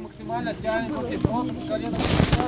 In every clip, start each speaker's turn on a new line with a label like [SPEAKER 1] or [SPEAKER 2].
[SPEAKER 1] максимально тянем руки, просто с коленом.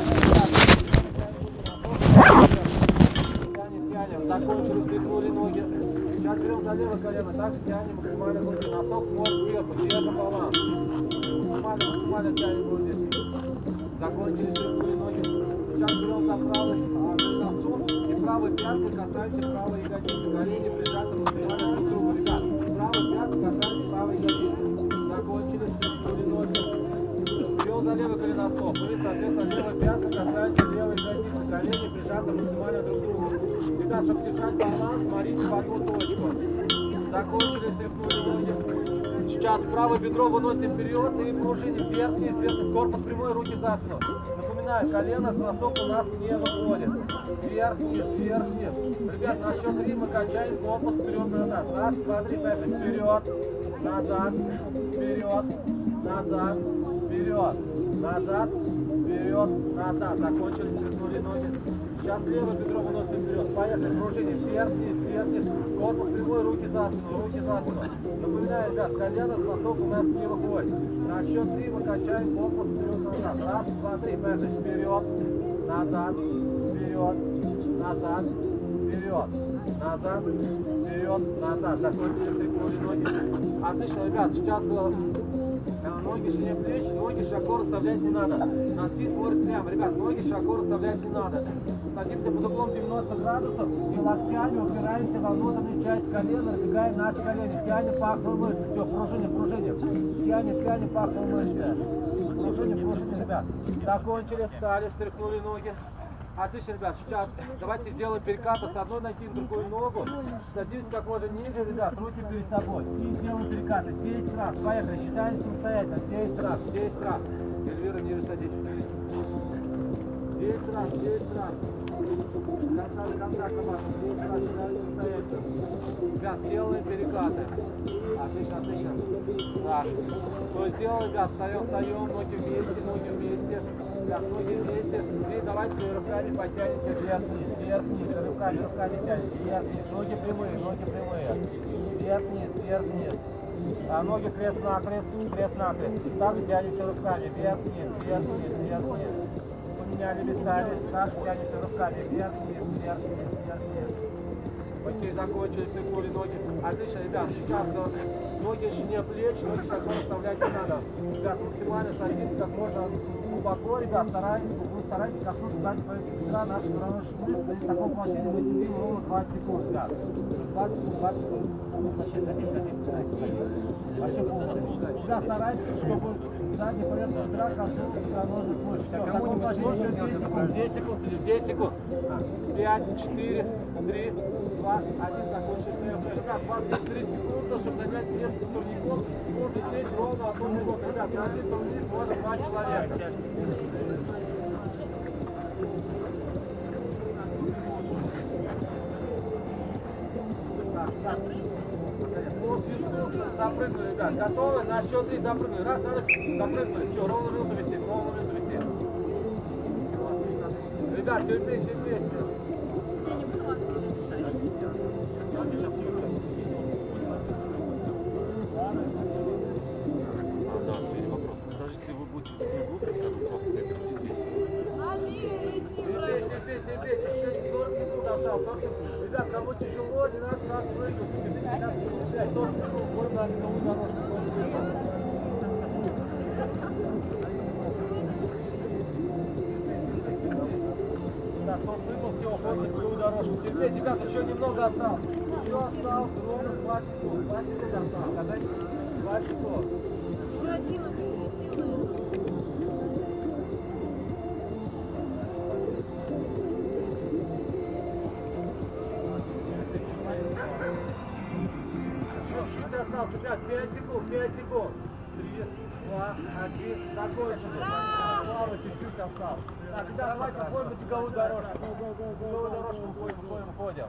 [SPEAKER 1] Тянем, закончили, стряхнули ноги. Сейчас берем за левое колено, также тянем максимально руки. Носок может сверху, держим баланс. Максимально тянем руки. Закончили, стряхнули ноги. Сейчас берем за правый носок и правой пяткой касаемся правой ягодицы. Колени прижаты максимально друг к другу, ребят. Правой пяткой касаемся правой ягодицы. Закончили, стряхнули ноги. Берем за левый голеностоп. Мы, соответственно, левой пяткой касаемся левой ягодицы. Колени прижаты максимально друг к другу. Ребят, чтобы держать баланс, смотрите в одну точку. Закончили, стряхнули ноги. Сейчас правое бедро выносим вперед и пружиним вверх-вниз, вверх-вниз, корпус прямой, руки за спину. Напоминаю, колено с носок у нас не выходит. Вверх-вниз, вверх-вниз. Ребят, на счет 3 мы качаем корпус вперед-назад. Раз, два, три, пять. Вперед, назад, вперед, назад, вперед, назад, вперед, назад. Закончили, стряхнули ноги. Сейчас левое бедро выносим вперед. Поехали, пружиним вверх-вниз, вверх-вниз. Корпус прямой, руки за спину, руки за спину. Напоминаю, ребят, колено с носок у нас не выходит. На счет 3 мы качаем корпус вперед-назад. Раз, два, три, пять. Вперед, назад, вперед, назад, вперед, назад, вперед, назад. Закончили, стряхнули ноги. Отлично, ребят, сейчас ноги шире плеч, ноги широко расставлять не надо. На спину смотрит прямо. Ребят, ноги широко расставлять не надо. Садимся под углом 90 градусов и локтями упираемся во внутреннюю часть колена, разбегаем наши колени, тянем паховые мышцы. Все, пружиним. Тянем паховые мышцы. Пружиним, ребят. Закончили, встали, встряхнули ноги. Отлично, ребят, сейчас давайте сделаем перекаты с одной ноги в другую ногу. Садимся как можно ниже, ребят, руки перед собой. И делаем перекаты 10 раз. Поехали, считаем самостоятельно. 10 раз. Эльвира, ниже садись. 10 раз. Конца до конца команда. 10 раз считаем самостоятельно. Ребят, делаем перекаты. Отлично. Так. То есть делаем, ребят, встаем, ноги вместе. Ребят, ноги вместе. И давайте руками потянемся вверх-вниз. Руками тянем. Вверх-вниз. Ноги прямые. Вверх-вниз. А ноги крест-накрест. Также тянемся руками. Вверх-вниз. Поменяли местами. Также тянемся руками. Вверх-вниз. Окей, закончили, стряхнули ноги. Отлично, ребят, сейчас ноги шире плеч, ноги широко расставлять не надо. Ребят, максимально садимся как можно глубоко, ребят, старайтесь коснуться сзади поверхности бедра наших короночных мышц. И в таком положении мы сидим ровно 20 секунд, ребят. 20 секунд. Вообще полностью. Ребят, старайтесь, чтобы задняя поверхность бедра коснулась короночных мышц. Все, в таком положении 10 секунд. 5, 4, 3, 2, 1, закончили. Ребят, 23 секунды, чтобы занять место турником, нужно сесть ровно одну минуту. Ребят, на один турник можно 2 человека. Так. Запрыгнули, ребят. Готовы? На счет 3 запрыгнули. Раз, запрыгнули. Все, ровно минуту висим. Ребят, терпеть. Ребят, кому тяжело, не надо нас прыгать. 40 минут, будем на новую дорожку. Так, кто прыгнул, все, уходим на другую дорожку. Теперь, ребята, еще немного осталось. Все осталось, ровно 20 секунд. 20 секунд осталось. Отдайте 20 секунд. Ребят, 5 секунд. 3, 2, 1, закончили. Слава, чуть-чуть осталось. Так, ребят, давайте уходим на беговую дорожку. Беговую дорожку уходим.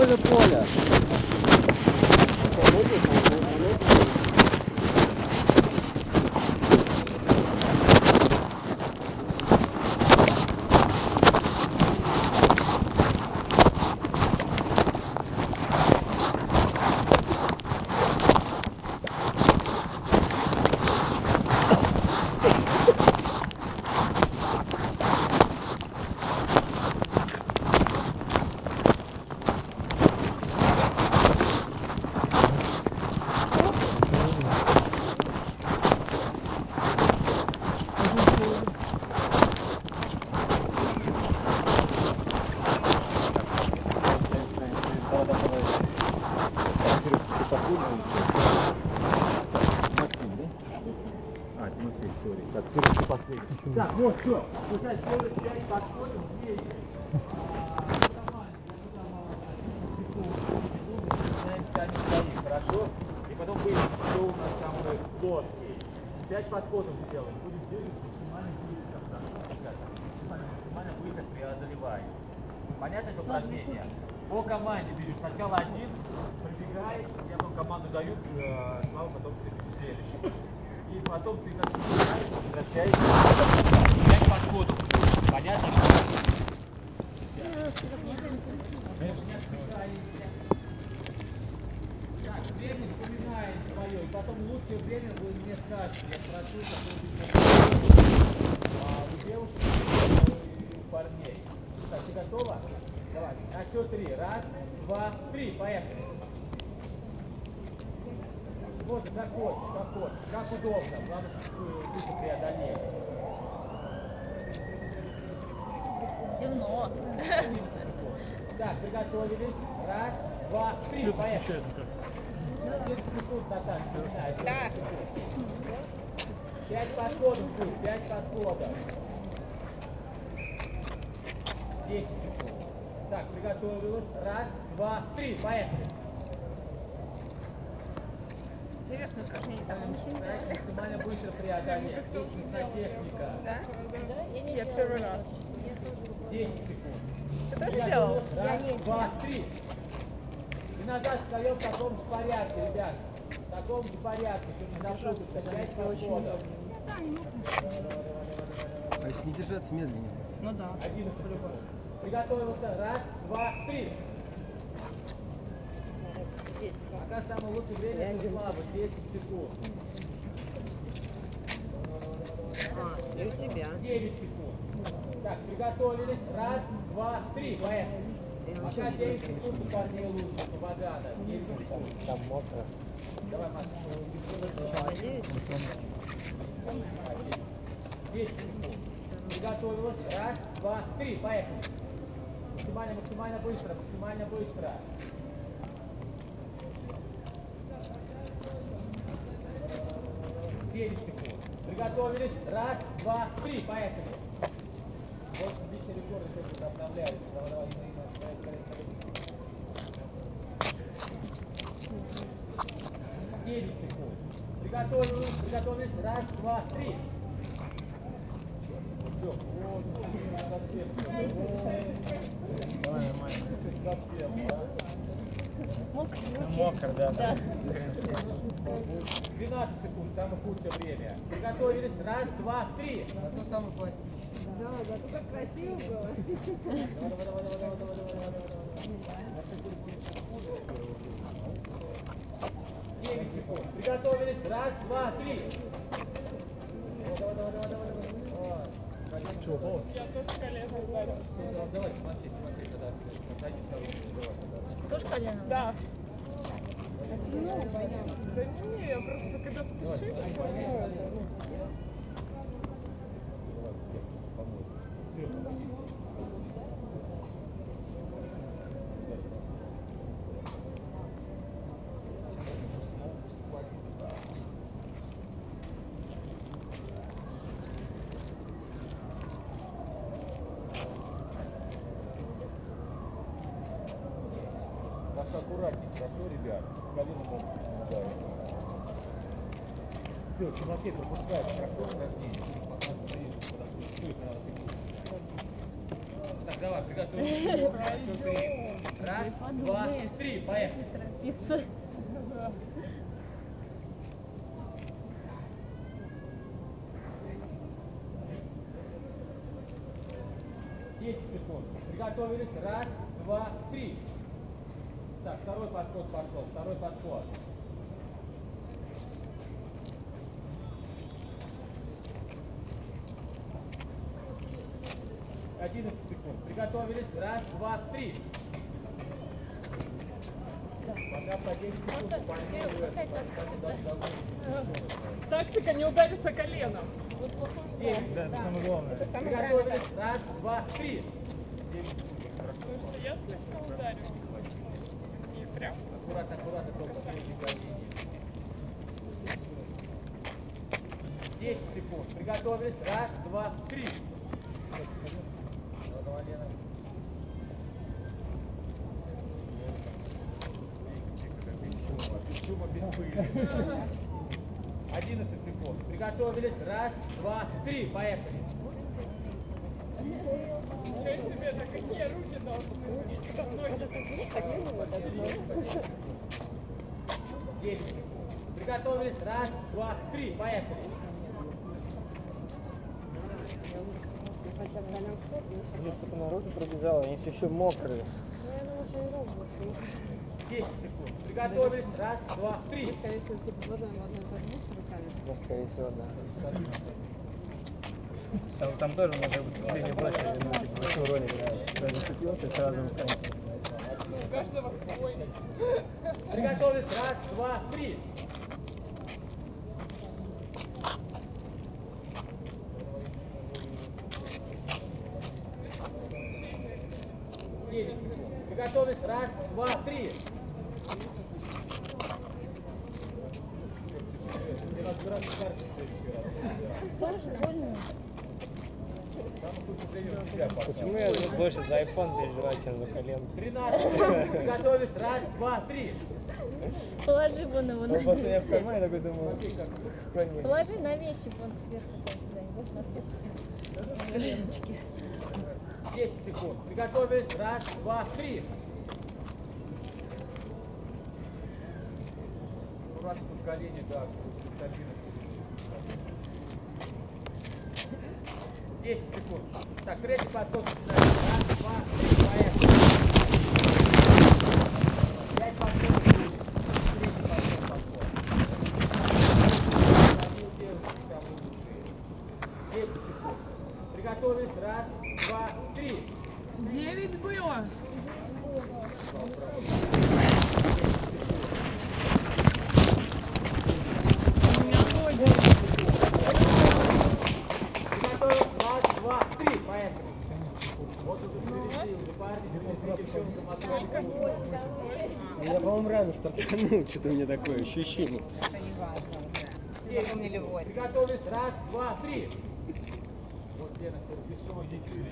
[SPEAKER 1] центре поля. Так, вот, все. Сейчас делать 5 подходов вместе. Хорошо? И потом будет все у нас там плоский. 5 подходов сделаем. Будем делать максимально быстро. Максимально быстро преодолеваем. Понятно это упражнение? По команде берешь сначала один, пробегаешь, я потом команду даю, Слава потом следующий. И потом ты как возвращаешься. 5 подходов. Понятно? Так, время вспоминаем свое, и потом лучшее время вы мне скажете. Я спрошу, какое у девушек и у парней. Так, ты готова? Давай, на счет 3. Раз, два, три, поехали. Вот, как хочешь, как удобно. Главное, быстро преодолеть.
[SPEAKER 2] Темно.
[SPEAKER 1] Так, приготовились. Раз, два, три, поехали. 10 секунд, Наташа, вспоминай.
[SPEAKER 2] Так.
[SPEAKER 1] 5 подходов будет, 5 подходов. 10 секунд. Так, приготовилась. Раз, два, три, поехали.
[SPEAKER 2] Интересно, как мне там
[SPEAKER 1] Максимально быстро преодолеть. Есть нужна техника.
[SPEAKER 2] Да? Я первый раз.
[SPEAKER 1] 10 секунд.
[SPEAKER 2] Ты тоже делал?
[SPEAKER 1] Раз, два, три. И назад встаем в таком же порядке, ребят. В таком же порядке, чтобы не запутаться. 5 подходов.
[SPEAKER 3] А если не держаться, медленнее.
[SPEAKER 2] Ну да.
[SPEAKER 1] 11 секунд. Приготовился. Раз, два, три. Пока самое лучшее время это Слава, 10 секунд.
[SPEAKER 2] И у тебя.
[SPEAKER 1] 9 секунд. Так, приготовились. Раз, два, три. Поехали. Пока 9 секунд у парней лучше, у Богдана. 9 секунд. Там мокро. Давай, Маша. 10 секунд. Приготовилась. Раз, два, три. Поехали. Максимально быстро, максимально быстро. 9 секунд. Приготовились. Раз, два, три. Поехали. Вот личный рекорд только обновляется. Давай, давай, скорее. 9 секунд. Приготовились. Раз, два, три. Все. Вот, давай, нормально. Мокро, да. 12 секунд, самое худшее время. Приготовились. Раз, два, три. А то самое пластичное.
[SPEAKER 4] Да, зато как красиво было.
[SPEAKER 1] Давай. 9 секунд. Приготовились. Раз, два, три. Давай. Чего?
[SPEAKER 2] Я тоже колено ударил.
[SPEAKER 1] Давай, смотри, тогда. Подойди вторую.
[SPEAKER 2] Тоже колено? Да. Да не, я просто когда спешишь,
[SPEAKER 1] Аккуратнее, хорошо, ребят? Колено могут ударить. Все, Тимофей пропускает хорошо упражнение. Так, Так, давай, приготовились. Счет 3. Раз, два, три, поехали.
[SPEAKER 2] Торопиться.
[SPEAKER 1] 10 секунд. Приготовились. Раз, два, три. Так, второй подход пошел. Второй подход. Одиннадцать секунд. Приготовились. Раз, два, три. Пока по 10 секунд.
[SPEAKER 2] Тактика не ударится коленом.
[SPEAKER 3] Да, это самое главное.
[SPEAKER 1] Приготовились. Раз, два, три.
[SPEAKER 2] Потому что я слишком ударю. И прям.
[SPEAKER 1] Аккуратно, аккуратно, только последнее падение. 10 секунд. Приготовились. Раз, два, три. Давай, Лена. Чума без пыли. 11 секунд. Приготовились. Раз, два, три. Поехали.
[SPEAKER 2] Ничего себе, да какие руки должны быть, что ноги такие.
[SPEAKER 1] 10 секунд. Приготовились. Раз, два, три. Поехали.
[SPEAKER 3] Здесь только на руки пробежала, они все еще мокрые.
[SPEAKER 1] 10 секунд. Приготовились. Раз, два, три.
[SPEAKER 4] Скорее всего, типа водой можно загнуть руками.
[SPEAKER 3] Ну, скорее всего, да. Там тоже надо выступление брать, ну, типа, большой ролик, да. Зацепился и сразу выходит.
[SPEAKER 2] У каждого свой.
[SPEAKER 1] Приготовились. Раз, два, три. Приготовились. Раз, два, три.
[SPEAKER 3] Почему я больше за iPhone переживаю, чем за колен?
[SPEAKER 1] 13. Приготовились. Раз, два, три.
[SPEAKER 2] Положи вон его на
[SPEAKER 3] Ну, просто я в
[SPEAKER 2] вещи.
[SPEAKER 3] кармане такой думаю, конь.
[SPEAKER 2] Положи на вещи вон сверху там куда-нибудь. На коленочки.
[SPEAKER 1] 10 секунд. Приготовились. Раз, два, три. Аккуратно под колени, да. 10 секунд. Так, третий подход. Раз, два, три. Поехали. 5 подходов. Третий подход. 10 секунд. Приготовились. Раз, два, три.
[SPEAKER 2] 9 было. У меня ноги.
[SPEAKER 1] Приготовились. Раз, два, три. Поехали. Вот уже привезли, уже парни, привезли девчонкам отдохнуть.
[SPEAKER 3] Я, по-моему, рано стартанул, что-то у меня такое ощущение.
[SPEAKER 1] Приготовились. Раз, два, три. Вот Лена, Кирпичева, Юрьевич.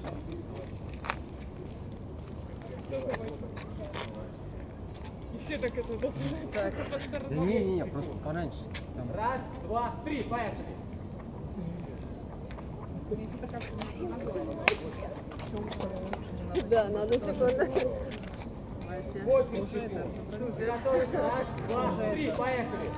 [SPEAKER 2] И все так это по
[SPEAKER 3] Да
[SPEAKER 2] сторонам.
[SPEAKER 3] не, просто пораньше. Там.
[SPEAKER 1] Раз, два, три. Поехали.
[SPEAKER 4] Да, надо секунду.
[SPEAKER 1] 8 секунд. Приготовились. Раз, два, три. Поехали.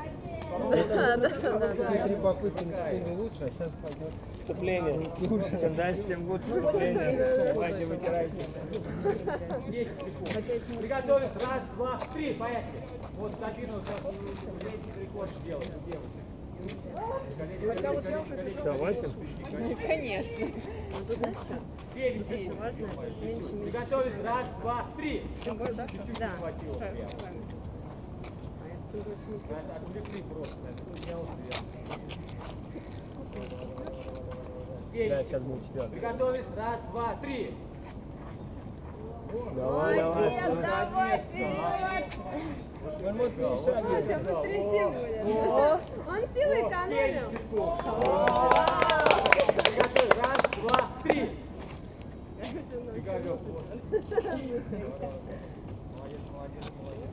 [SPEAKER 3] Три попытки на секунду лучше, а сейчас пойдет вступление. Лучше, чем дальше, тем лучше вступление. Давайте вытирайте.
[SPEAKER 1] 10 секунд. Приготовились. Раз, два, три. Поехали. Вот кабину сейчас рекорд сделать у девушек. Колени.
[SPEAKER 3] Давайте.
[SPEAKER 4] Ну, конечно.
[SPEAKER 1] 9 секунд. Приготовились. Раз, два, три. Чуть-чуть не
[SPEAKER 4] Да.
[SPEAKER 1] хватило. Это отвлекли просто. Это снял свет.
[SPEAKER 3] Да, сейчас будет четвертый.
[SPEAKER 1] Приготовились. Раз, два, три.
[SPEAKER 3] Давай, давай.
[SPEAKER 4] Давай, вперед!
[SPEAKER 3] Вот перешагивай.
[SPEAKER 4] Он силой экономил.
[SPEAKER 1] Приготовились. Раз, два, три. Приготовились. Молодец, молодец, молодец.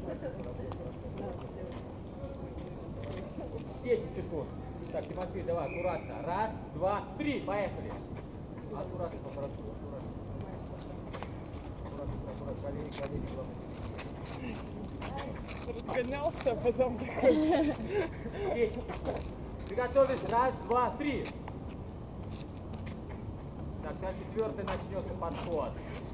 [SPEAKER 1] 10 секунд. Так, Тимофей, давай, аккуратно. Раз, два, три. Поехали. Аккуратно, попрошу, аккуратно.
[SPEAKER 2] Разгонялся, а потом такой.
[SPEAKER 1] Есть. Приготовились. Раз, два, три. Так, сейчас четвертый начнется подход.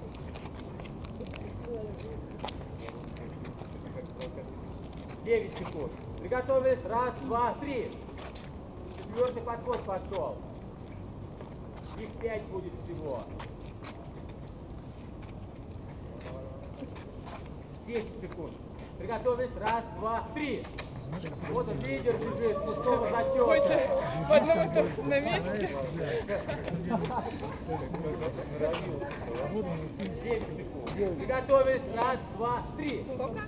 [SPEAKER 1] Девять секунд. Приготовились. Раз, два, три. Четвертый подход пошел. Их 5 будет всего. 10 секунд. Приготовились. Раз, два, три. Вот он, лидер бежит, пустого
[SPEAKER 2] Хочешь
[SPEAKER 1] зачета.
[SPEAKER 2] по одному только на месте?
[SPEAKER 1] 9 секунд. Приготовились. Раз, два, три.
[SPEAKER 4] Сколько?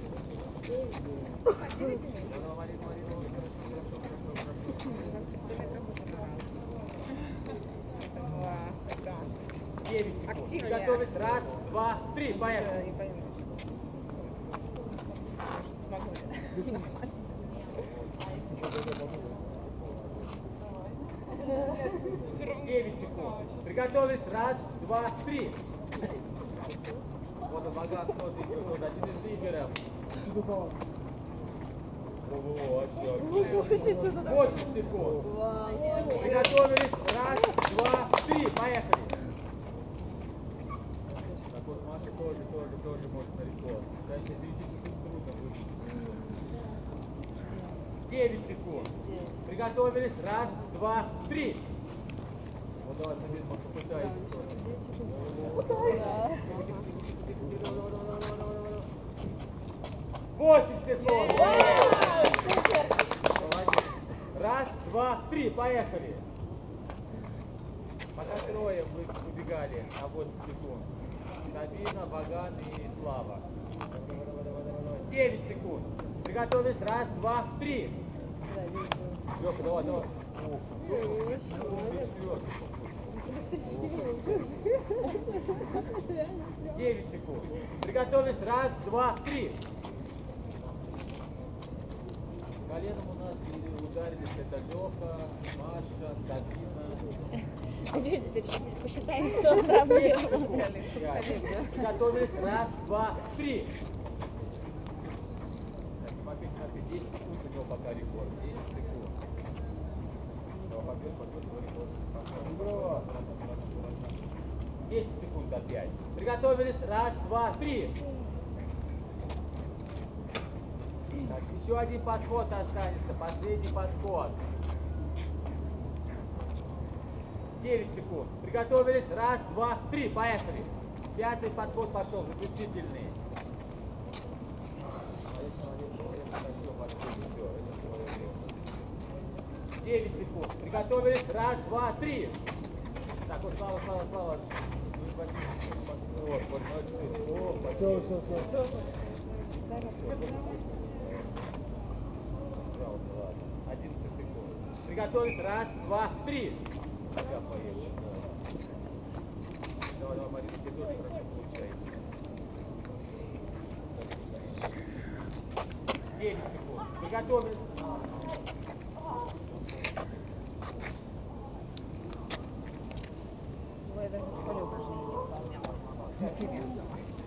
[SPEAKER 1] 9 секунд.
[SPEAKER 4] Активнее.
[SPEAKER 1] Приготовились. Раз, два, три. Поехали.
[SPEAKER 2] Не пойму. Смогу ли?
[SPEAKER 1] 9 секунд. Приготовились. Раз, два, три. Вот он, Баган, смотрит, вот один из лидеров. Вот, всё. 8 секунд. Приготовились. Раз, два, три. Поехали. Так вот, Маша тоже может нарисовать. Дальше 30 секунд трудно будет. 9 секунд. Приготовились. Раз, два, три. Вот давай, смотри, попытайся. 8 секунд. Молодец. Раз, два, три. Поехали. Пока трое убегали на 8 секунд. Сабина, Баган и Слава. 9 секунд. Приготовились. Раз, два, три. Лёха, давай. 9 секунд. Приготовились. Раз, два, три. Коленом у нас ударились. Это Лёха, Маша, Сабина.
[SPEAKER 4] Посчитаем, что проблема.
[SPEAKER 1] Готовились. Раз, два, три. Так, Тимофей, 10 секунд у него пока рекорд. 10 секунд. Браво. 10 секунд опять. Приготовились. Раз, два, три. Так, еще один подход останется. Последний подход. 9 секунд. Приготовились. Раз, два, три. Поехали. Пятый подход пошел. Заключительный. 9 секунд. Приготовились. Раз, два, три. Так, вот, Слава. Вот, молодцы. Все. Пожалуйста, ладно. 11 секунд. Приготовились. Раз, два, три. Я поеду. Давай, Марина, тебе тоже хорошо получается. 9 секунд. Приготовились.
[SPEAKER 4] Ой, даже поле упражнение не выполняла. Интересно.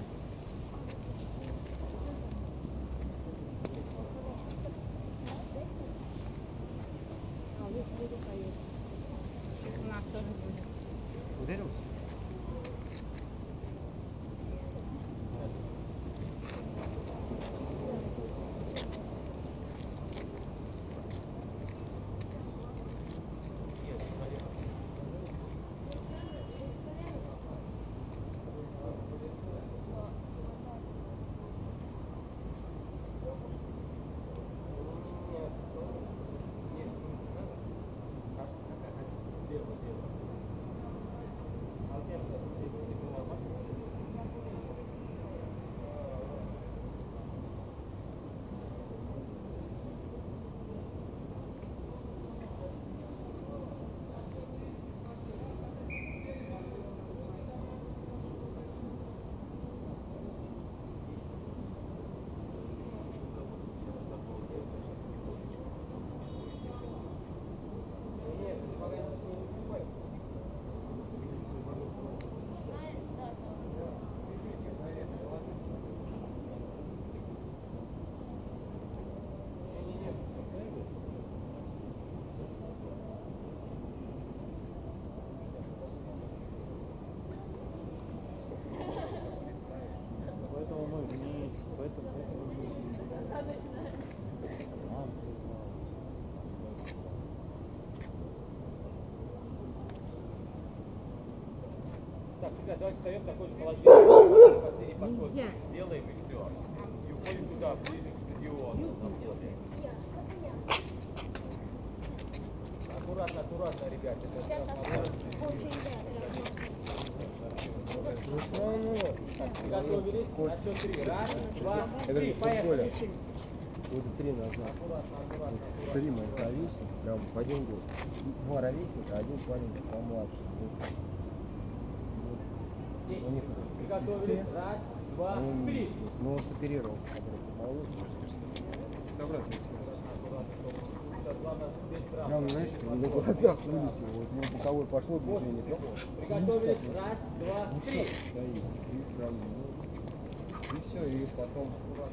[SPEAKER 4] Сейчас у нас тоже будет.
[SPEAKER 3] Ударился?
[SPEAKER 1] Так, ребят, давайте встаем в такое же положение. Последний подход делаем и все. И уходим туда, ближе к стадиону. Аккуратно, аккуратно, ребят. Приготовились. На счет 3. Раз, два, три. Поехали.
[SPEAKER 3] Года 3 назад.
[SPEAKER 1] Аккуратно, аккуратно, аккуратно.
[SPEAKER 3] 3 моих ровесника, прям в один год. 2 ровесника, один парень помладше. У них
[SPEAKER 1] Приготовились. Раз, два, три.
[SPEAKER 3] но с оперировался, который помоложе. Обратно. Прям, знаешь, на глазах вылетел. Вот у него боковой пошло движение.
[SPEAKER 1] Приготовились. Раз, два, три.
[SPEAKER 3] Стоит. И прям, и все, и потом.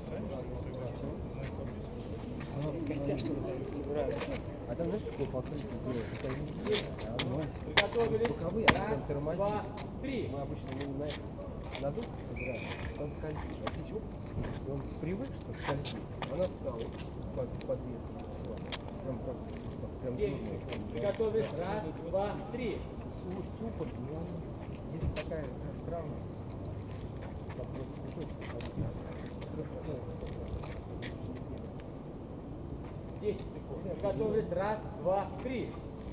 [SPEAKER 3] А там, знаешь, какое покрытие делают?
[SPEAKER 1] Приготовились.
[SPEAKER 3] Боковые,
[SPEAKER 1] Раз,
[SPEAKER 3] а потом тормозит.
[SPEAKER 1] два, три.
[SPEAKER 3] Мы обычно на досках играем, он скользит. А ты чего? Он привык, что скользит. Она встала под весом. Прям прям
[SPEAKER 1] 9 секунд. Приготовились. Раз, два, три.
[SPEAKER 3] Супер, но если такая странная, так просто приходит,
[SPEAKER 1] 10 секунд. Приготовились. Раз, два, три.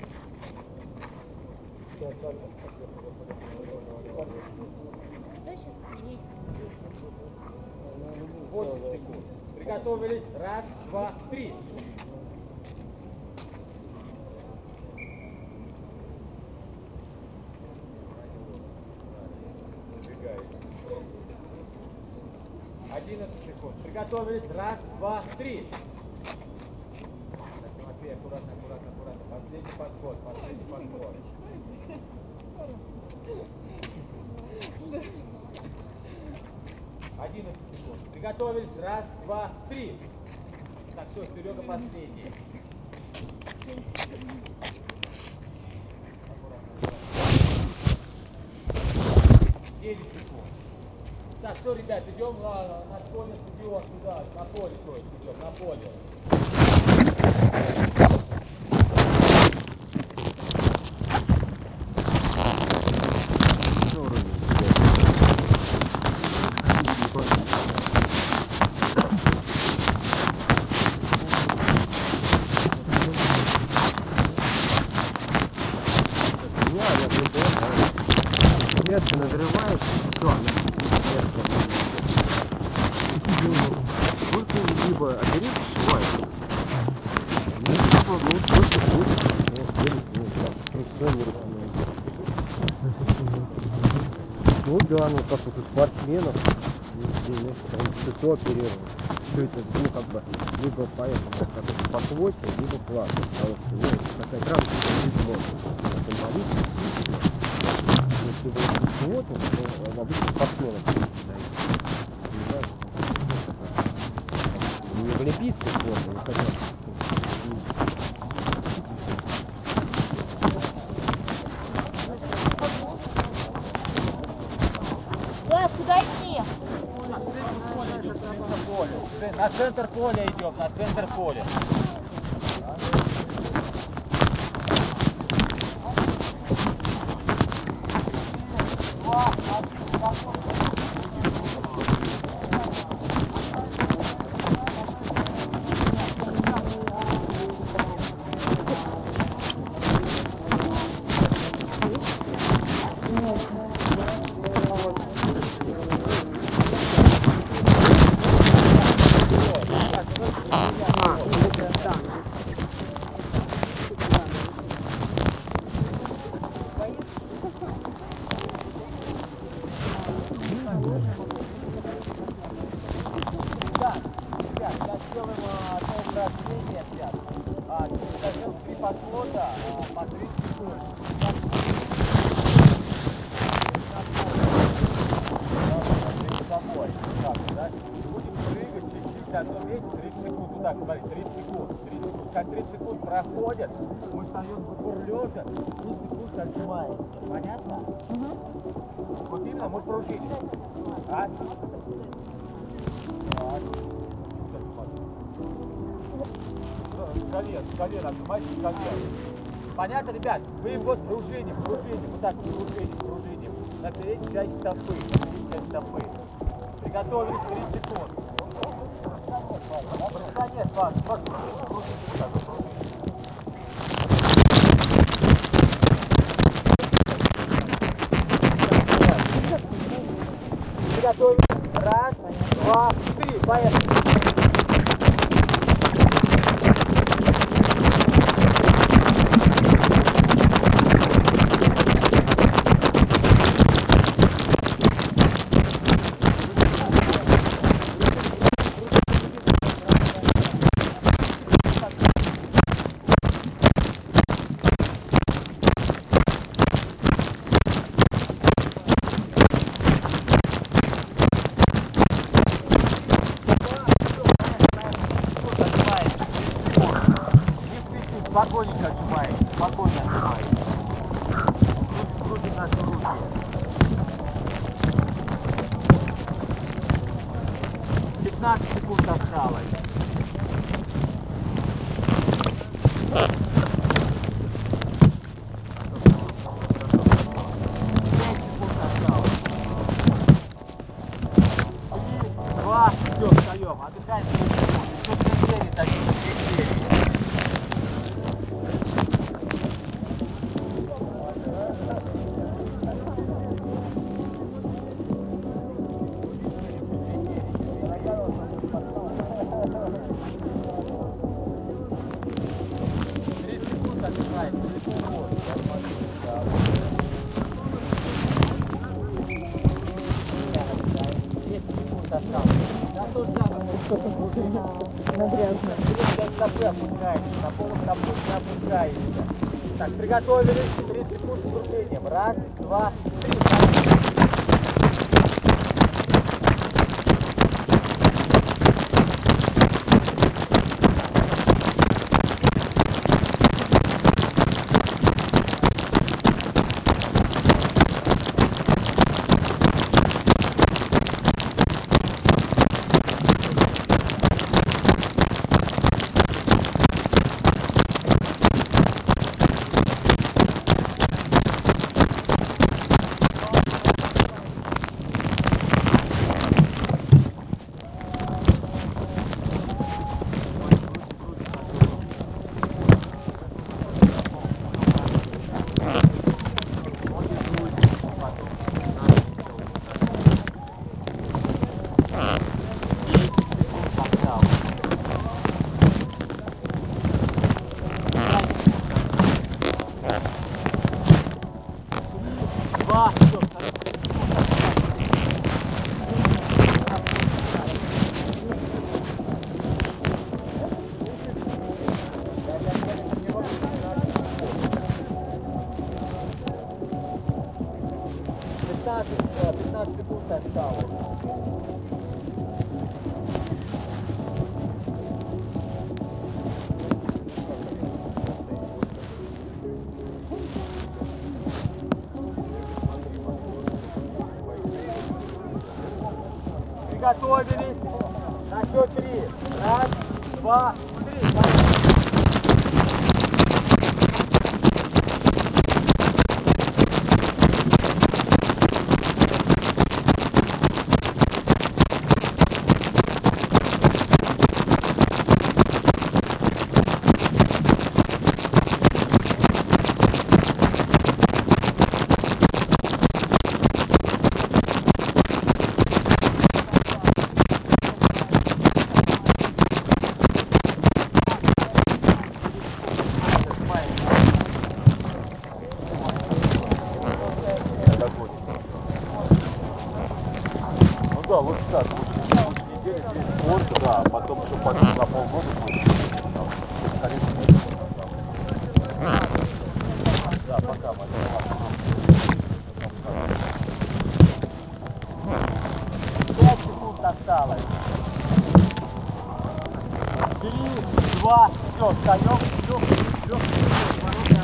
[SPEAKER 1] 8 секунд. Приготовились. Раз, два, три. Секунд. Приготовились. Раз, два, три. Матвей, аккуратно, аккуратно, аккуратно. Последний подход, последний подход. 11 секунд. Приготовились. Раз, два, три. Так, все, Серега последний. Аккуратно. 9 секунд. Так, все, ребят, идем на школьный стадион туда, на поле, то есть идем, на поле.
[SPEAKER 3] Ветка надрывается, все, только либо опереть сшивается, либо просто ну да, ну как вот у спортсменов, все оперировано. Все это, ну как бы, либо поэтому как по квоте, либо платно, потому что, ну, такая травма, если вы квоту, то обычно спортсменов не в олимпийской форме, но хотя бы.
[SPEAKER 4] Куда идти?
[SPEAKER 1] На центр поля идем, на центр поля. Подхода по 30 секунд. Так, да? Будем прыгать чуть-чуть на одном месте 30 секунд. Вот так, смотри, 30 секунд. 30 секунд. Как 30 секунд проходят, мы встаем в упор лежа, 30 секунд отжимаемся. Понятно? Вот именно мы пружиним. Раз. Так. Колено, отжимайте колено. Понятно, ребят? Мы вот пружиним, вот так, пружиним. на передней части стопы. Приготовились 30 секунд. Конец, Паш, Приготовились. Раз, два, три. Поехали. Спокойненько отжимаем, спокойно отжимаем. Крутим наши руки. 15 секунд осталось. 5 секунд осталось. 3, 2, все, встаем. Отдыхаем 5 секунд. Еще 2 серии такие, 2 серии. Так, приготовились, 30 секунд с крутением. Раз, два, три. Приготовились. На счет 3. Раз, два, три. Да, лучше так, лучше неделю здесь спорт, да, потом еще за полгода будет. Да, пока, мы 5 секунд осталось. 3, 2, все, встаем, все.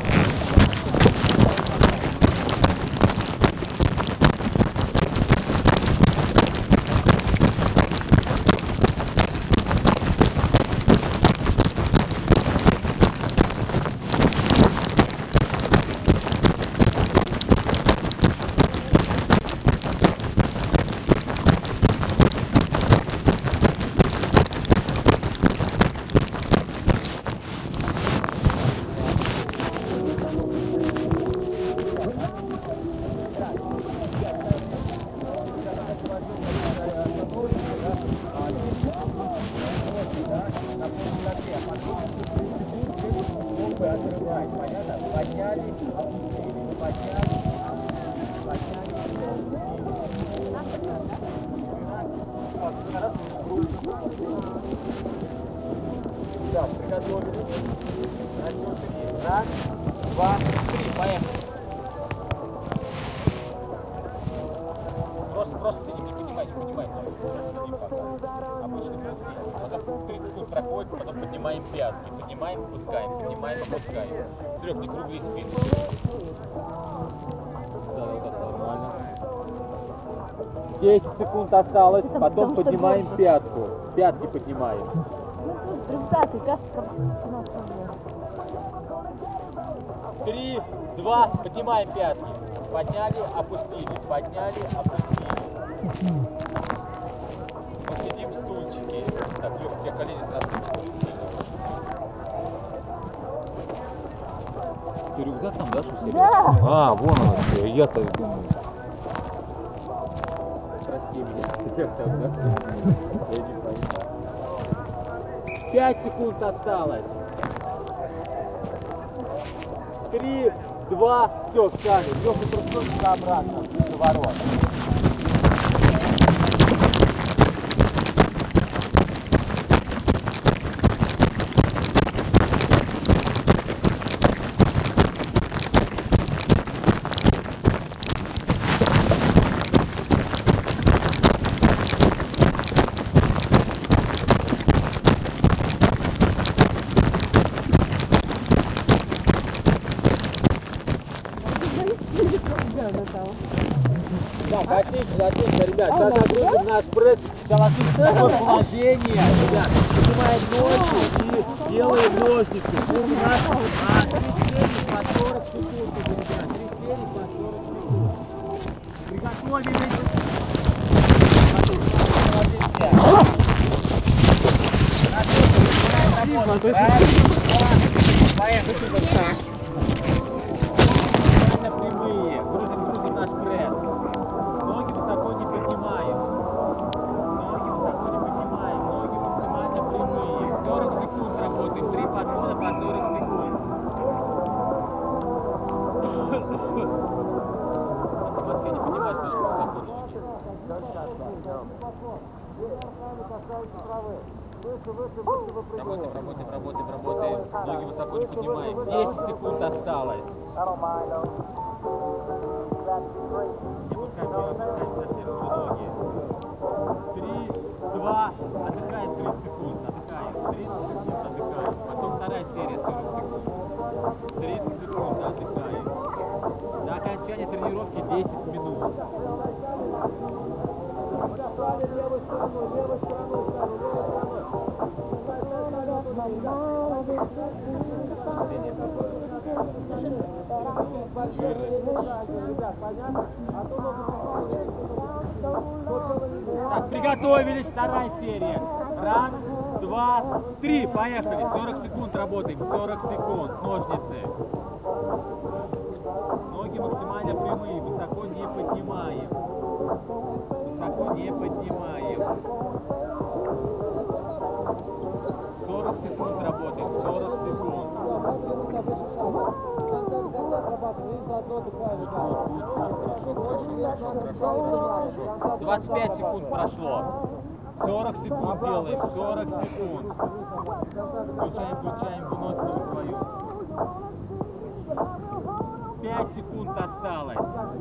[SPEAKER 1] приготовились. На счет 3. Раз, два, три. Поехали. Просто ты не поднимай ноги. Обычно быстрее. Потом 30 секунд проходит, потом поднимаем пятки. Поднимаем, опускаем, поднимаем, опускаем. Серег, не кругли спину. Да, вот это нормально. 10 секунд осталось, потом поднимаем пятку. Пятки поднимаем.
[SPEAKER 4] Результаты, кажется,
[SPEAKER 1] 3, 2, поднимаем пятки. Подняли, опустили. Подняли, опустили. Посидим стульчики. Так, Лёх, у тебя колени здравствуйте. Ты рюкзак там, да, что серьезно?
[SPEAKER 4] Да.
[SPEAKER 1] А, вон он что, я-то думаю. Прости меня, всех так, да? Я не пойму. 5 секунд осталось. 3, 2, все, встали. Лёха трусцовка обратно, на ворот. Так, отлично, ребят. Сейчас загрузим наш пресс. Сейчас ложимся в такое положение. Ребят, поднимаем ноги и делаем ножницы. Будем у нас 3 серии по 40 секунд, ребят. 3 серии по 40 секунд. Приготовились. Поехали. Прямые. Грузим наш пресс. Ноги высоко не поднимаем. Ноги высоко не поднимаем. Ноги максимально прямые. 40 секунд работаем. 3 подхода по 40 секунд. Матвей, не поднимай слишком высоко ноги. Работаем. Ноги высоко не поднимаем. 10 секунд осталось. Не пускай совсем ноги. 3, 2, отдыхаем 30 секунд. Отдыхаем. 30 секунд отдыхаем. Потом вторая серия 40 секунд. 30 секунд отдыхаем. До окончания тренировки 10 минут. Так, приготовились, вторая серия. Раз, два, три, поехали. 40 секунд работаем, 40 секунд, ножницы. Ноги максимально прямые, высоко не поднимаем. Высоко не поднимаем. 40 секунд работаем, 40 секунд. 25 секунд прошло. 40 секунд делаем, 40 секунд. Включаем, выносливость свою. 5 секунд осталось.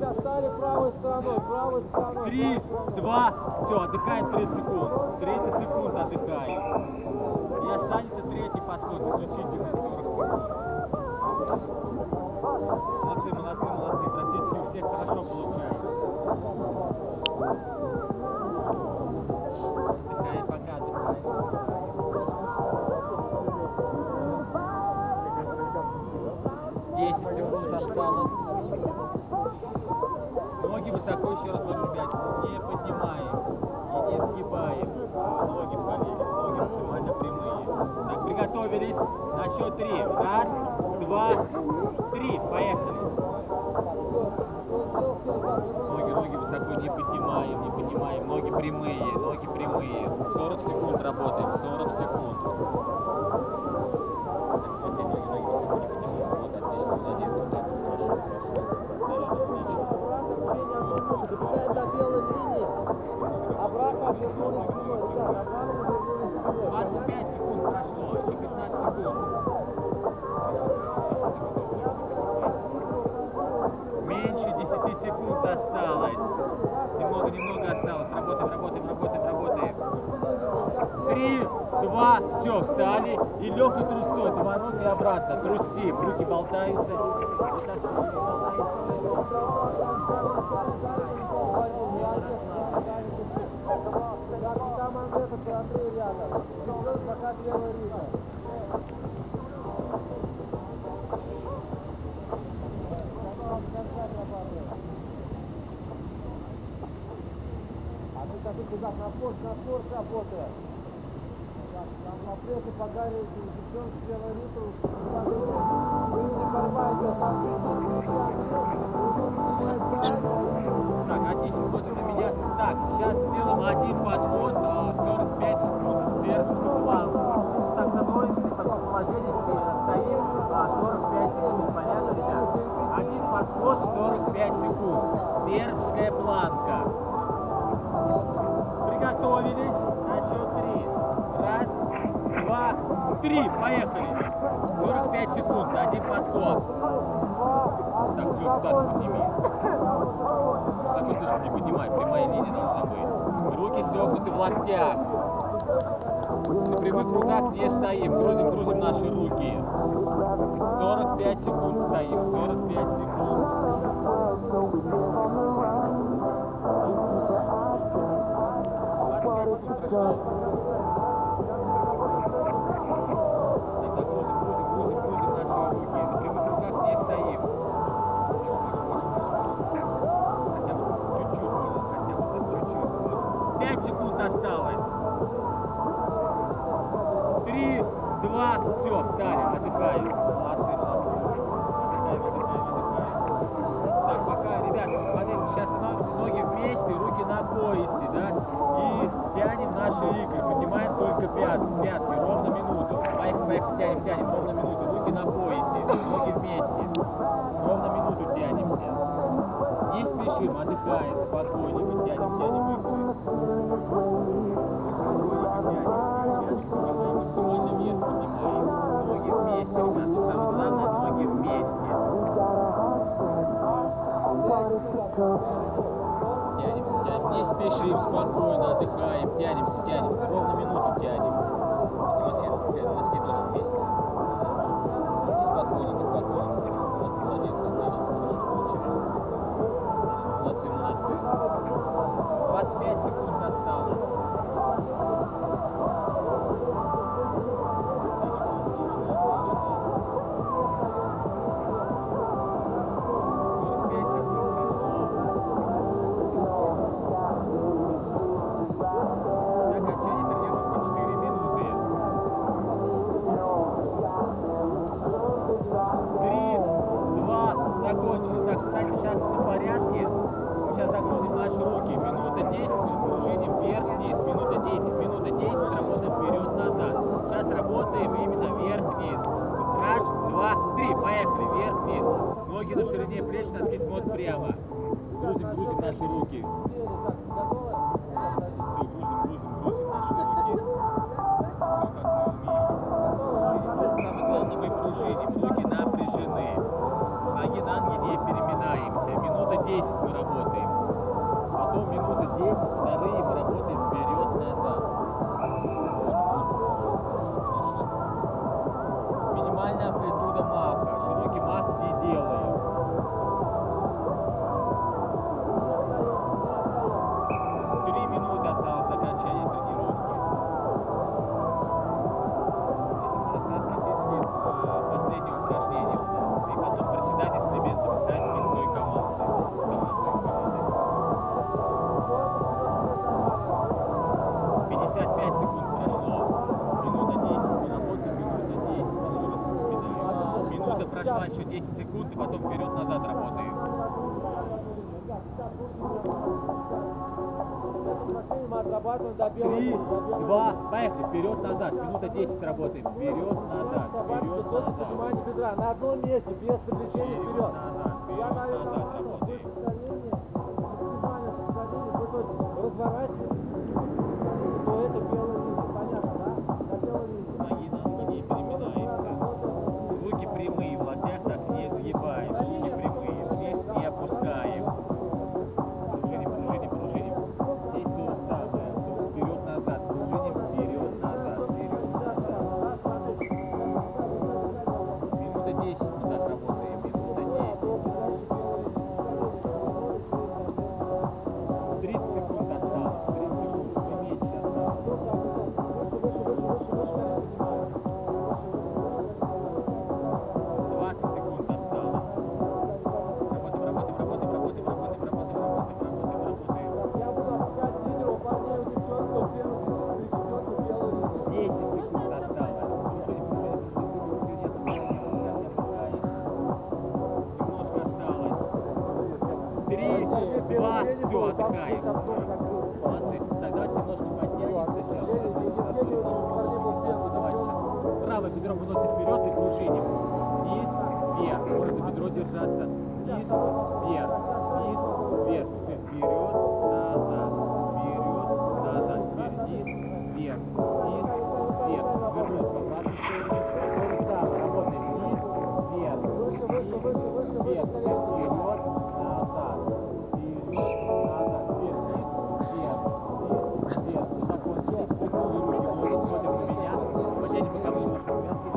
[SPEAKER 1] 3, 2, все, отдыхаем 30 секунд. 30 секунд отдыхаем. И останется третий подход, заключительный 40 секунд. Молодцы, практически у всех хорошо получается. Отдыхаем, пока отдыхаем. 10 секунд осталось. Ноги высоко, еще раз говорю, ребят, не поднимаем и не сгибаем. Ноги в коленях, ноги максимально прямые. Так, приготовились. На счет 3. Раз, два, 3. Поехали. Ноги высоко не поднимаем. Ноги прямые. 40 секунд работаем, 40 секунд. Вот, отлично, молодец, вот так вот, хорошо. Отлично.
[SPEAKER 3] До белой линии. Обратно.
[SPEAKER 1] 25 секунд прошло, еще 15 секунд. все, встали и легкой трусцой, поворот и обратно, труси, брюки болтаются.
[SPEAKER 3] На спорт работает. Там на прессе погали девчонки первого литру. Вы не порвайте,
[SPEAKER 1] Так, один смотрит на меня. Так, сейчас сделаем один подход, 45 секунд сербский план. Так, становимся в таком положении, стоим 45 секунд. Понятно, ребят? Один подход, 45 секунд. Сербская планка. Приготовились. На счет 3. Раз, два, три. Поехали. 45 секунд. Один подход. Так, Люк, таз подними. Закрытышку не поднимай. Прямая линия должна быть. Руки согнуты в локтях. На прямых руках не стоим. Грузим наши руки. 45 секунд стоим. 45 секунд. 25 секунд прошло. Грузим наши руки. На прямых руках не стоим. Хотя бы чуть-чуть, хотя бы чуть-чуть. 5 секунд осталось. 3, 2, все, встали, отдыхаем. Молодцы. Отдыхаем. Так, пока, ребят, смотрите, сейчас становимся ноги вместе, руки на поясе, да? И тянем наши икры, поднимаем только пятки, ровно минуту. Поехали, тянем, ровно минуту. Руки на поясе, ноги вместе. Ровно минуту тянемся. Не спешим, отдыхаем, спокойненько, тянем икры. Спокойненько максимально вверх поднимаем. Ноги вместе, ребят, тут самое главное, ноги вместе. Тянемся, не спешим, спокойно отдыхаем, тянемся, ровно минуту тянем. Носки тоже вместе. И спокойненько. Вот, молодец, отлично, хорошо получилось. Молодцы. 25 секунд осталось. Закончили. Так, встаньте шаг по порядке. Мы сейчас загрузим наши руки. Минута 10, мы пружиним вверх-вниз. Минута 10, работаем вперед-назад. Сейчас работаем именно вверх-вниз. Раз, два, три. Поехали. Вверх-вниз. Ноги на ширине плеч, носки смотрят прямо. Грузим наши руки. Все, грузим наши руки. Все, как мы умеем. Самое главное, мы пружиним. Руки напряжены. Ноги на ноги не переминаемся. Минута 10 мы работаем. Потом минута 10, вторые мы работаем вперед-назад. Хорошо. Минимальная амплитуда маха. Широкий мах не делаем. 3 минуты осталось до окончания тренировки. Это, последнее упражнение у нас. И потом приседания с элементами статики с той командой. 55 секунд прошло. Минута 10 мы работаем, минута 10. Еще раз напоминаю. Минута прошла, еще 10 секунд, и потом вперед-назад работаем.
[SPEAKER 3] мы отрабатываем до белого.
[SPEAKER 1] 3, 2, поехали, вперед-назад. Минута 10 работаем. Вперед-назад, вперед-назад.
[SPEAKER 3] Внимание бедра на одном месте, без привлечения вперед. Я, наверное,
[SPEAKER 1] Вперед-назад работаем.
[SPEAKER 3] разворачивать, то это белая линия. Понятно, да? На белой линии.
[SPEAKER 1] Ноги на ноги не переминаемся. Руки прямые, в локтях так не сгибаем. Руки прямые, вниз не опускаем. Пружиним. Здесь то же самое. Вперед-назад. Пружиним, вперед-назад, вперед-назад. два, все, отдыхаем. Молодцы. Так, давайте немножко подтянемся сейчас. Давайте сейчас. Правое бедро выносим вперед и пружиним. Вниз, вверх. Можно за бедро держаться. Вниз, вверх. Вниз, вверх. Теперь вперед, назад. Вперед, назад. Теперь вниз, вверх. Вниз, вверх. Вернулись в обратную сторону. То же самое. Работаем вниз, вверх. Вниз, вверх. Теперь вперед, назад. Вперед, назад. Теперь вниз, вверх. Вниз, вверх. И закончили. Прикрыли руки, ноги, смотрим на меня. Потянем боковые немножко связки.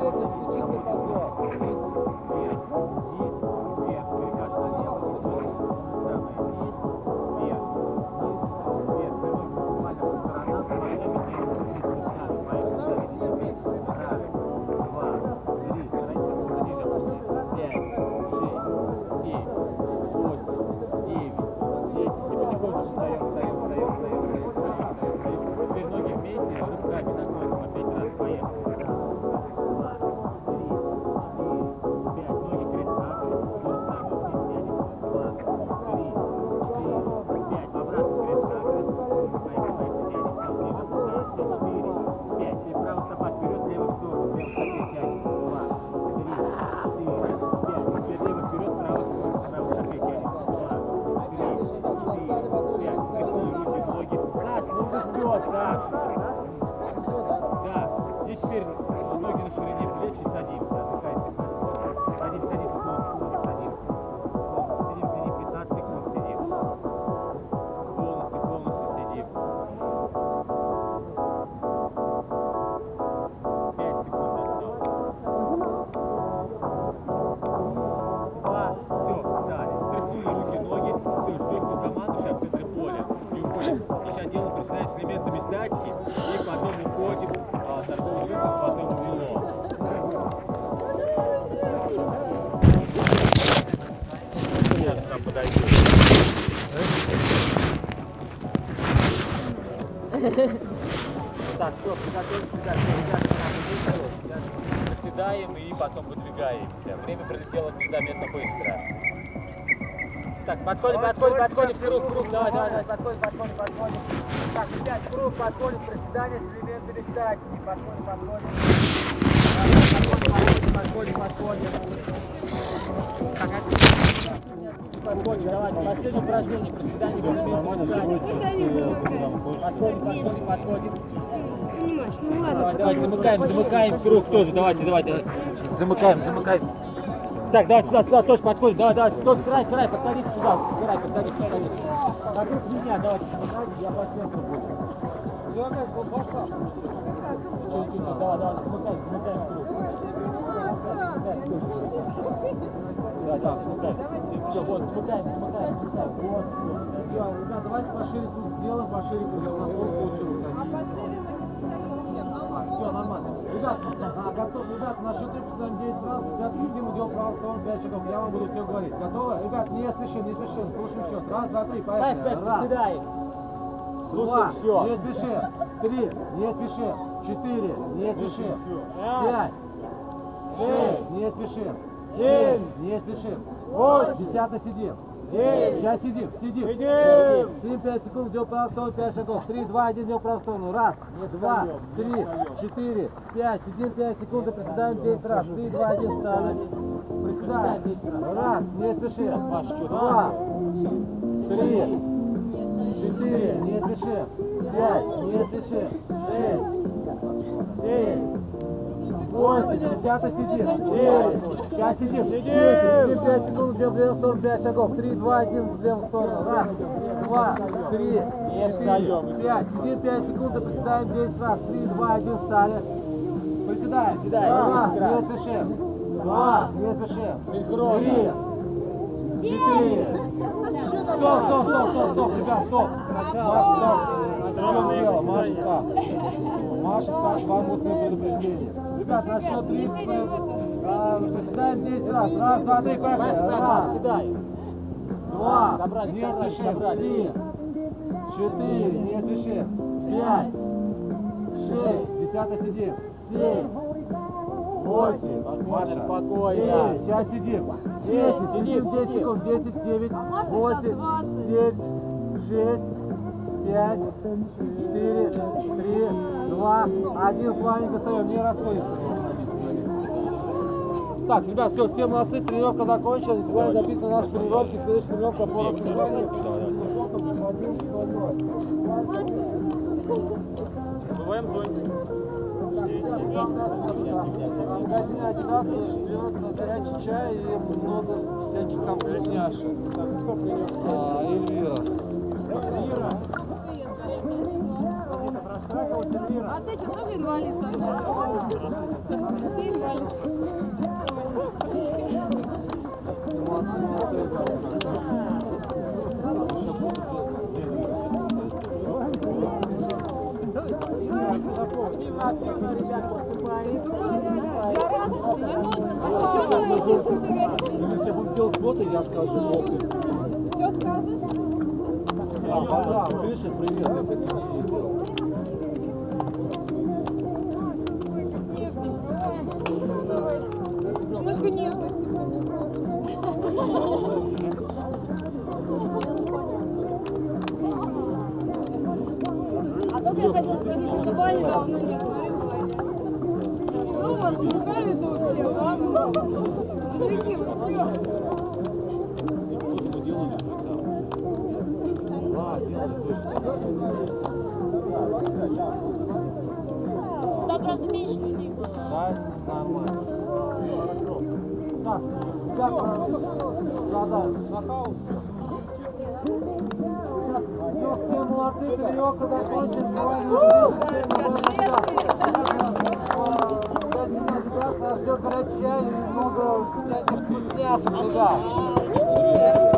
[SPEAKER 1] Так, все, приседаем и потом выдвигаемся. Время пролетело незаметно быстро. Так, подходим, круг, давай, подходим. Так, ребят, круг, подходим, приседание с элементами статики. Подходим. Так, подходим, давайте, последнее упражнение, приседание с элементами статики. Подходим. Давайте, замыкаем круг тоже, давайте. Замыкаем. Так, давайте сюда тоже подходим, давай, тоже край, подходите сюда, подходите. Вокруг меня, давайте, я по центру буду. Давай, замыкаем круг. Все, вот, замыкаем. Вот, все, ребят, давайте пошире круг сделаем, пошире круг, насколько лучше выходить. Все, нормально. Ребят, готовы? На счет 3 представим 10 раз, 50 сидим, идем право в сторону 5 шагов. Я вам буду все говорить. Готовы? Ребят, не спешим. Слушаем счет. Раз, два, три, поехали. Раз. Приседаем. Слушаем счет. Не спешим. 3, не спешим. 4, не спешим. 5, 6, не спешим. 7, не спешим. 8, 10 сидим. Сейчас сидим. 7-5 секунд, идем право в сторону, 5 шагов. 3, 2, 1, идем право в сторону. Раз, 2, 3, 4, 5. Сидим 5 секунд и приседаем 10 раз. 3, 2, 1, встали. Приседаем 10 раз. Раз, не спешим. 2, 3, 4, не спешим. 5, не спешим. 6, 7, 8, 10 сидим. 9, сейчас сидим. 10, 5 секунд, идем в левую сторону, 5 шагов. 3, 2, 1, в левую сторону. Раз, 2, 3, 4, 5. Сидим 5 секунд и приседаем 10 раз. 3, 2, 1, встали. Приседаем. Раз, не спешим. 2, не спешим. 3, 4. Стоп, ребят, стоп. Маша, вам мутное предупреждение. Ребят, на счет 3 приседаем 10 раз. Раз, два, три, поехали. Раз, 2, не спешим. 3, 4, не спешим. 5, 6, 10 сидим. 7, 8, Маша, спокойно. Сейчас сидим. 10, сидим 10 секунд. 10, 9, 8, 7, 6, 5, 4, 3, 2, 1. Плавненько встаем, не расходимся. Так, ребят, все молодцы, тренировка закончена. Не забывайте записывать наши тренировки. Следующая тренировка по расписанию.
[SPEAKER 2] Бываем зонтик.
[SPEAKER 1] Магазин Адидас ждет горячий чай и много всяких там вкусняшек. Так, кто принес? Эльвира. Эльвира?
[SPEAKER 2] А ты что, тоже инвалид? Ты инвалид.
[SPEAKER 1] Если бы делать фото, я скажу фото.
[SPEAKER 2] Все скажешь?
[SPEAKER 1] Да, выше, привет, я кстати не видел.
[SPEAKER 2] Нежность. Немножко нежности. А только я хотела спросить, улыбались, а она нет, смотри, улыбались. Что у вас с руками-то у всех, а? Мужики, вы чё?
[SPEAKER 1] Фото мы делали уже там. Да, делали точно.
[SPEAKER 2] Там просто меньше людей было.
[SPEAKER 1] Да, нормально. Так, как да, на хаос. Все молодцы, тренировка закончена. Нас ждет горячий чай и много всяких вкусняшек, ребят.